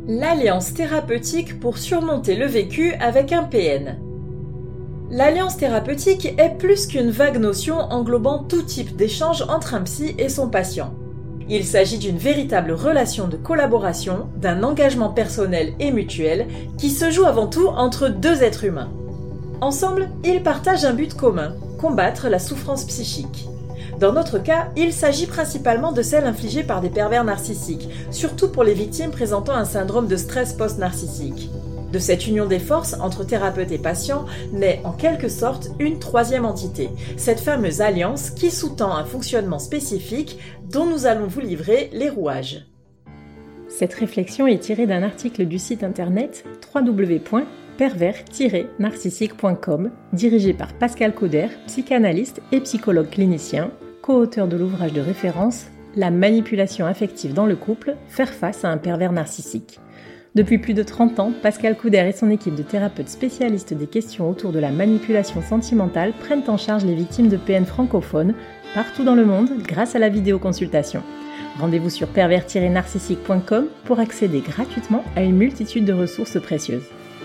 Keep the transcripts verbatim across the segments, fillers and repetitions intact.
L'alliance thérapeutique pour surmonter le vécu avec un P N. L'alliance thérapeutique est plus qu'une vague notion englobant tout type d'échange entre un psy et son patient. Il s'agit d'une véritable relation de collaboration, d'un engagement personnel et mutuel qui se joue avant tout entre deux êtres humains. Ensemble, ils partagent un but commun, combattre la souffrance psychique. Dans notre cas, il s'agit principalement de celle infligée par des pervers narcissiques, surtout pour les victimes présentant un syndrome de stress post-narcissique. De cette union des forces entre thérapeute et patient naît en quelque sorte une troisième entité, cette fameuse alliance qui sous-tend un fonctionnement spécifique dont nous allons vous livrer les rouages. Cette réflexion est tirée d'un article du site internet w w w point pervers tiret narcissique point com, dirigé par Pascal Couder, psychanalyste et psychologue clinicien, co-auteur de l'ouvrage de référence « La manipulation affective dans le couple, faire face à un pervers narcissique ». Depuis plus de trente ans, Pascal Couder et son équipe de thérapeutes spécialistes des questions autour de la manipulation sentimentale prennent en charge les victimes de P N francophones partout dans le monde grâce à la vidéoconsultation. Rendez-vous sur pervers tiret narcissique point com pour accéder gratuitement à une multitude de ressources précieuses.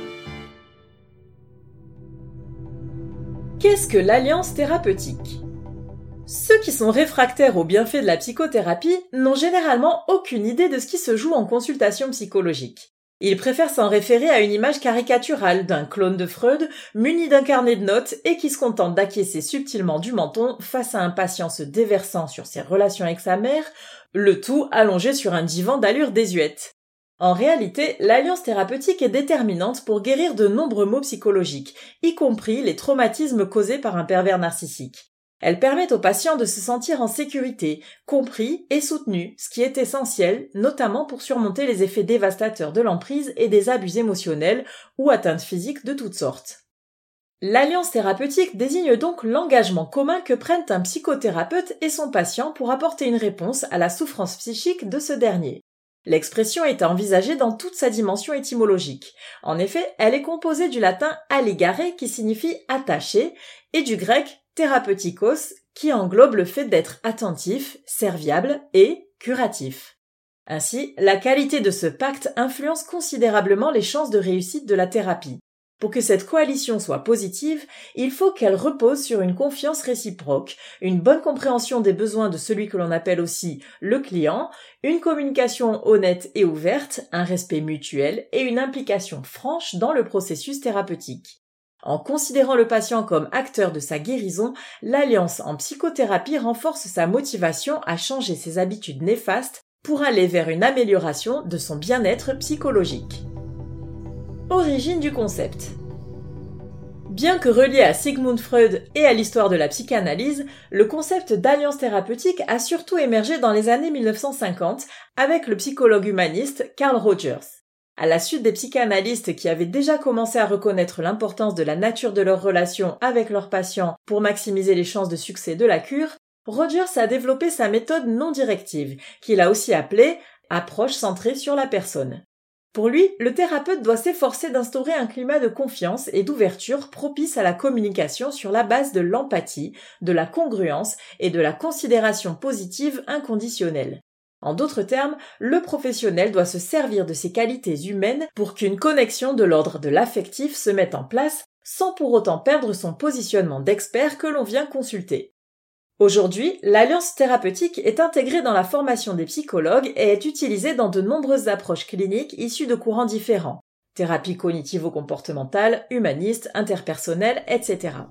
Qu'est-ce que l'alliance thérapeutique ? Ceux qui sont réfractaires aux bienfaits de la psychothérapie n'ont généralement aucune idée de ce qui se joue en consultation psychologique. Ils préfèrent s'en référer à une image caricaturale d'un clone de Freud muni d'un carnet de notes et qui se contente d'acquiescer subtilement du menton face à un patient se déversant sur ses relations avec sa mère, le tout allongé sur un divan d'allure désuète. En réalité, l'alliance thérapeutique est déterminante pour guérir de nombreux maux psychologiques, y compris les traumatismes causés par un pervers narcissique. Elle permet aux patients de se sentir en sécurité, compris et soutenu, ce qui est essentiel, notamment pour surmonter les effets dévastateurs de l'emprise et des abus émotionnels ou atteintes physiques de toutes sortes. L'alliance thérapeutique désigne donc l'engagement commun que prennent un psychothérapeute et son patient pour apporter une réponse à la souffrance psychique de ce dernier. L'expression est à envisager dans toute sa dimension étymologique. En effet, elle est composée du latin alligare qui signifie attaché et du grec thérapeutikos qui englobe le fait d'être attentif, serviable et curatif. Ainsi, la qualité de ce pacte influence considérablement les chances de réussite de la thérapie. Pour que cette coalition soit positive, il faut qu'elle repose sur une confiance réciproque, une bonne compréhension des besoins de celui que l'on appelle aussi le client, une communication honnête et ouverte, un respect mutuel et une implication franche dans le processus thérapeutique. En considérant le patient comme acteur de sa guérison, l'alliance en psychothérapie renforce sa motivation à changer ses habitudes néfastes pour aller vers une amélioration de son bien-être psychologique. Origine du concept. Bien que relié à Sigmund Freud et à l'histoire de la psychanalyse, le concept d'alliance thérapeutique a surtout émergé dans les années mille neuf cent cinquante avec le psychologue humaniste Carl Rogers. À la suite des psychanalystes qui avaient déjà commencé à reconnaître l'importance de la nature de leur relation avec leurs patients pour maximiser les chances de succès de la cure, Rogers a développé sa méthode non directive, qu'il a aussi appelée « approche centrée sur la personne ». Pour lui, le thérapeute doit s'efforcer d'instaurer un climat de confiance et d'ouverture propice à la communication sur la base de l'empathie, de la congruence et de la considération positive inconditionnelle. En d'autres termes, le professionnel doit se servir de ses qualités humaines pour qu'une connexion de l'ordre de l'affectif se mette en place sans pour autant perdre son positionnement d'expert que l'on vient consulter. Aujourd'hui, l'alliance thérapeutique est intégrée dans la formation des psychologues et est utilisée dans de nombreuses approches cliniques issues de courants différents. Thérapie cognitivo-comportementale, humaniste, interpersonnelle, et cetera.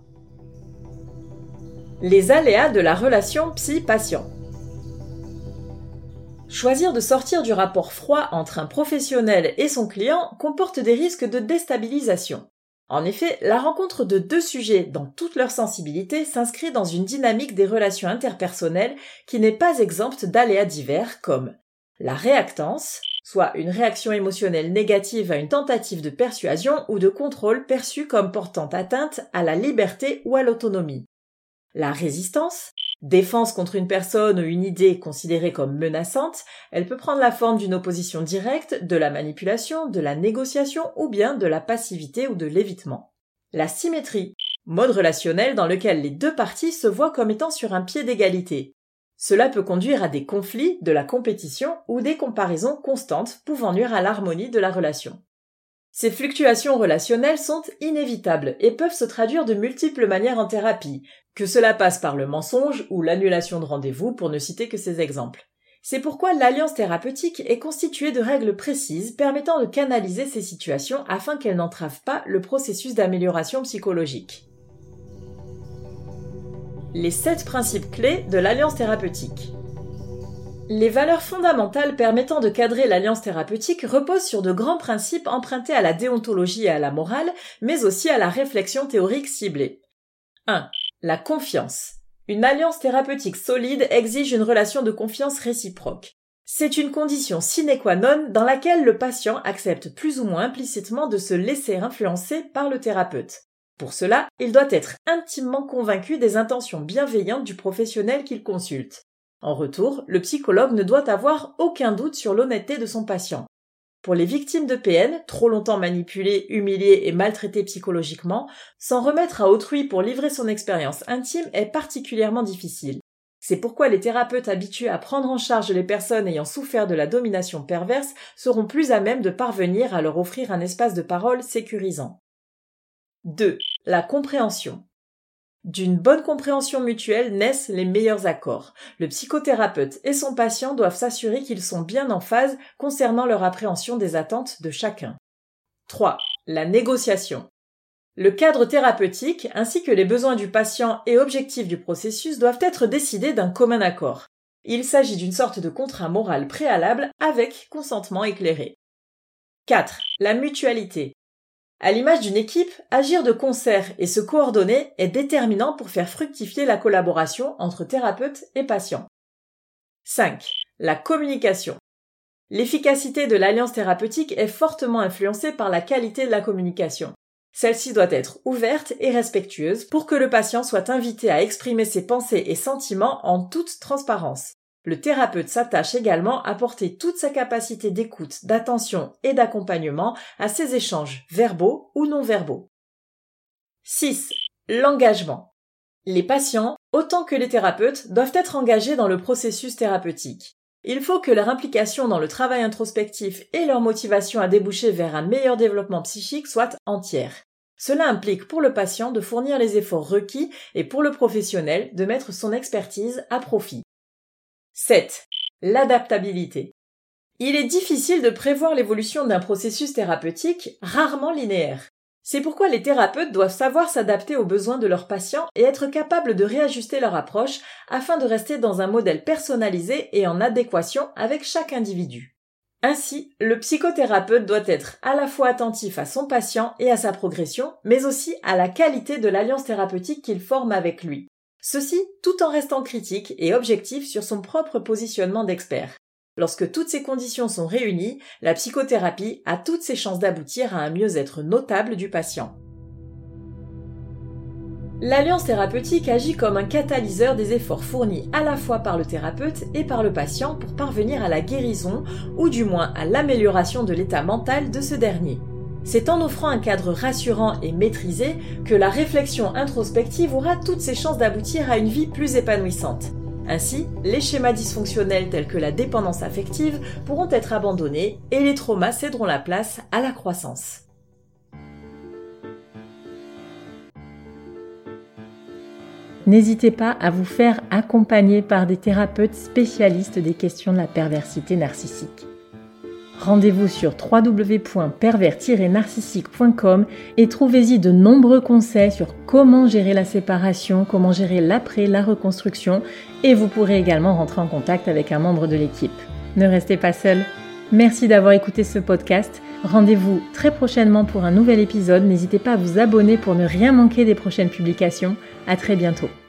Les aléas de la relation psy-patient. Choisir de sortir du rapport froid entre un professionnel et son client comporte des risques de déstabilisation. En effet, la rencontre de deux sujets dans toute leur sensibilité s'inscrit dans une dynamique des relations interpersonnelles qui n'est pas exempte d'aléas divers comme la réactance, soit une réaction émotionnelle négative à une tentative de persuasion ou de contrôle perçue comme portant atteinte à la liberté ou à l'autonomie. La résistance, défense contre une personne ou une idée considérée comme menaçante, elle peut prendre la forme d'une opposition directe, de la manipulation, de la négociation ou bien de la passivité ou de l'évitement. La symétrie, mode relationnel dans lequel les deux parties se voient comme étant sur un pied d'égalité. Cela peut conduire à des conflits, de la compétition ou des comparaisons constantes pouvant nuire à l'harmonie de la relation. Ces fluctuations relationnelles sont inévitables et peuvent se traduire de multiples manières en thérapie, que cela passe par le mensonge ou l'annulation de rendez-vous pour ne citer que ces exemples. C'est pourquoi l'alliance thérapeutique est constituée de règles précises permettant de canaliser ces situations afin qu'elles n'entravent pas le processus d'amélioration psychologique. Les sept principes clés de l'alliance thérapeutique. Les valeurs fondamentales permettant de cadrer l'alliance thérapeutique reposent sur de grands principes empruntés à la déontologie et à la morale, mais aussi à la réflexion théorique ciblée. un. La confiance. Une alliance thérapeutique solide exige une relation de confiance réciproque. C'est une condition sine qua non dans laquelle le patient accepte plus ou moins implicitement de se laisser influencer par le thérapeute. Pour cela, il doit être intimement convaincu des intentions bienveillantes du professionnel qu'il consulte. En retour, le psychologue ne doit avoir aucun doute sur l'honnêteté de son patient. Pour les victimes de P N, trop longtemps manipulées, humiliées et maltraitées psychologiquement, s'en remettre à autrui pour livrer son expérience intime est particulièrement difficile. C'est pourquoi les thérapeutes habitués à prendre en charge les personnes ayant souffert de la domination perverse seront plus à même de parvenir à leur offrir un espace de parole sécurisant. deux. La compréhension. D'une bonne compréhension mutuelle naissent les meilleurs accords. Le psychothérapeute et son patient doivent s'assurer qu'ils sont bien en phase concernant leur appréhension des attentes de chacun. trois. La négociation. Le cadre thérapeutique, ainsi que les besoins du patient et objectifs du processus doivent être décidés d'un commun accord. Il s'agit d'une sorte de contrat moral préalable avec consentement éclairé. quatre. La mutualité. À l'image d'une équipe, agir de concert et se coordonner est déterminant pour faire fructifier la collaboration entre thérapeute et patient. cinq. La communication. L'efficacité de l'alliance thérapeutique est fortement influencée par la qualité de la communication. Celle-ci doit être ouverte et respectueuse pour que le patient soit invité à exprimer ses pensées et sentiments en toute transparence. Le thérapeute s'attache également à porter toute sa capacité d'écoute, d'attention et d'accompagnement à ces échanges verbaux ou non verbaux. six. L'engagement. Les patients, autant que les thérapeutes, doivent être engagés dans le processus thérapeutique. Il faut que leur implication dans le travail introspectif et leur motivation à déboucher vers un meilleur développement psychique soient entières. Cela implique pour le patient de fournir les efforts requis et pour le professionnel de mettre son expertise à profit. sept. L'adaptabilité. Il est difficile de prévoir l'évolution d'un processus thérapeutique, rarement linéaire. C'est pourquoi les thérapeutes doivent savoir s'adapter aux besoins de leurs patients et être capables de réajuster leur approche afin de rester dans un modèle personnalisé et en adéquation avec chaque individu. Ainsi, le psychothérapeute doit être à la fois attentif à son patient et à sa progression, mais aussi à la qualité de l'alliance thérapeutique qu'il forme avec lui. Ceci tout en restant critique et objectif sur son propre positionnement d'expert. Lorsque toutes ces conditions sont réunies, la psychothérapie a toutes ses chances d'aboutir à un mieux-être notable du patient. L'alliance thérapeutique agit comme un catalyseur des efforts fournis à la fois par le thérapeute et par le patient pour parvenir à la guérison ou du moins à l'amélioration de l'état mental de ce dernier. C'est en offrant un cadre rassurant et maîtrisé que la réflexion introspective aura toutes ses chances d'aboutir à une vie plus épanouissante. Ainsi, les schémas dysfonctionnels tels que la dépendance affective pourront être abandonnés et les traumas céderont la place à la croissance. N'hésitez pas à vous faire accompagner par des thérapeutes spécialistes des questions de la perversité narcissique. Rendez-vous sur w w w point pervers tiret narcissique point com et trouvez-y de nombreux conseils sur comment gérer la séparation, comment gérer l'après, la reconstruction, et vous pourrez également rentrer en contact avec un membre de l'équipe. Ne restez pas seul. Merci d'avoir écouté ce podcast. Rendez-vous très prochainement pour un nouvel épisode. N'hésitez pas à vous abonner pour ne rien manquer des prochaines publications. À très bientôt.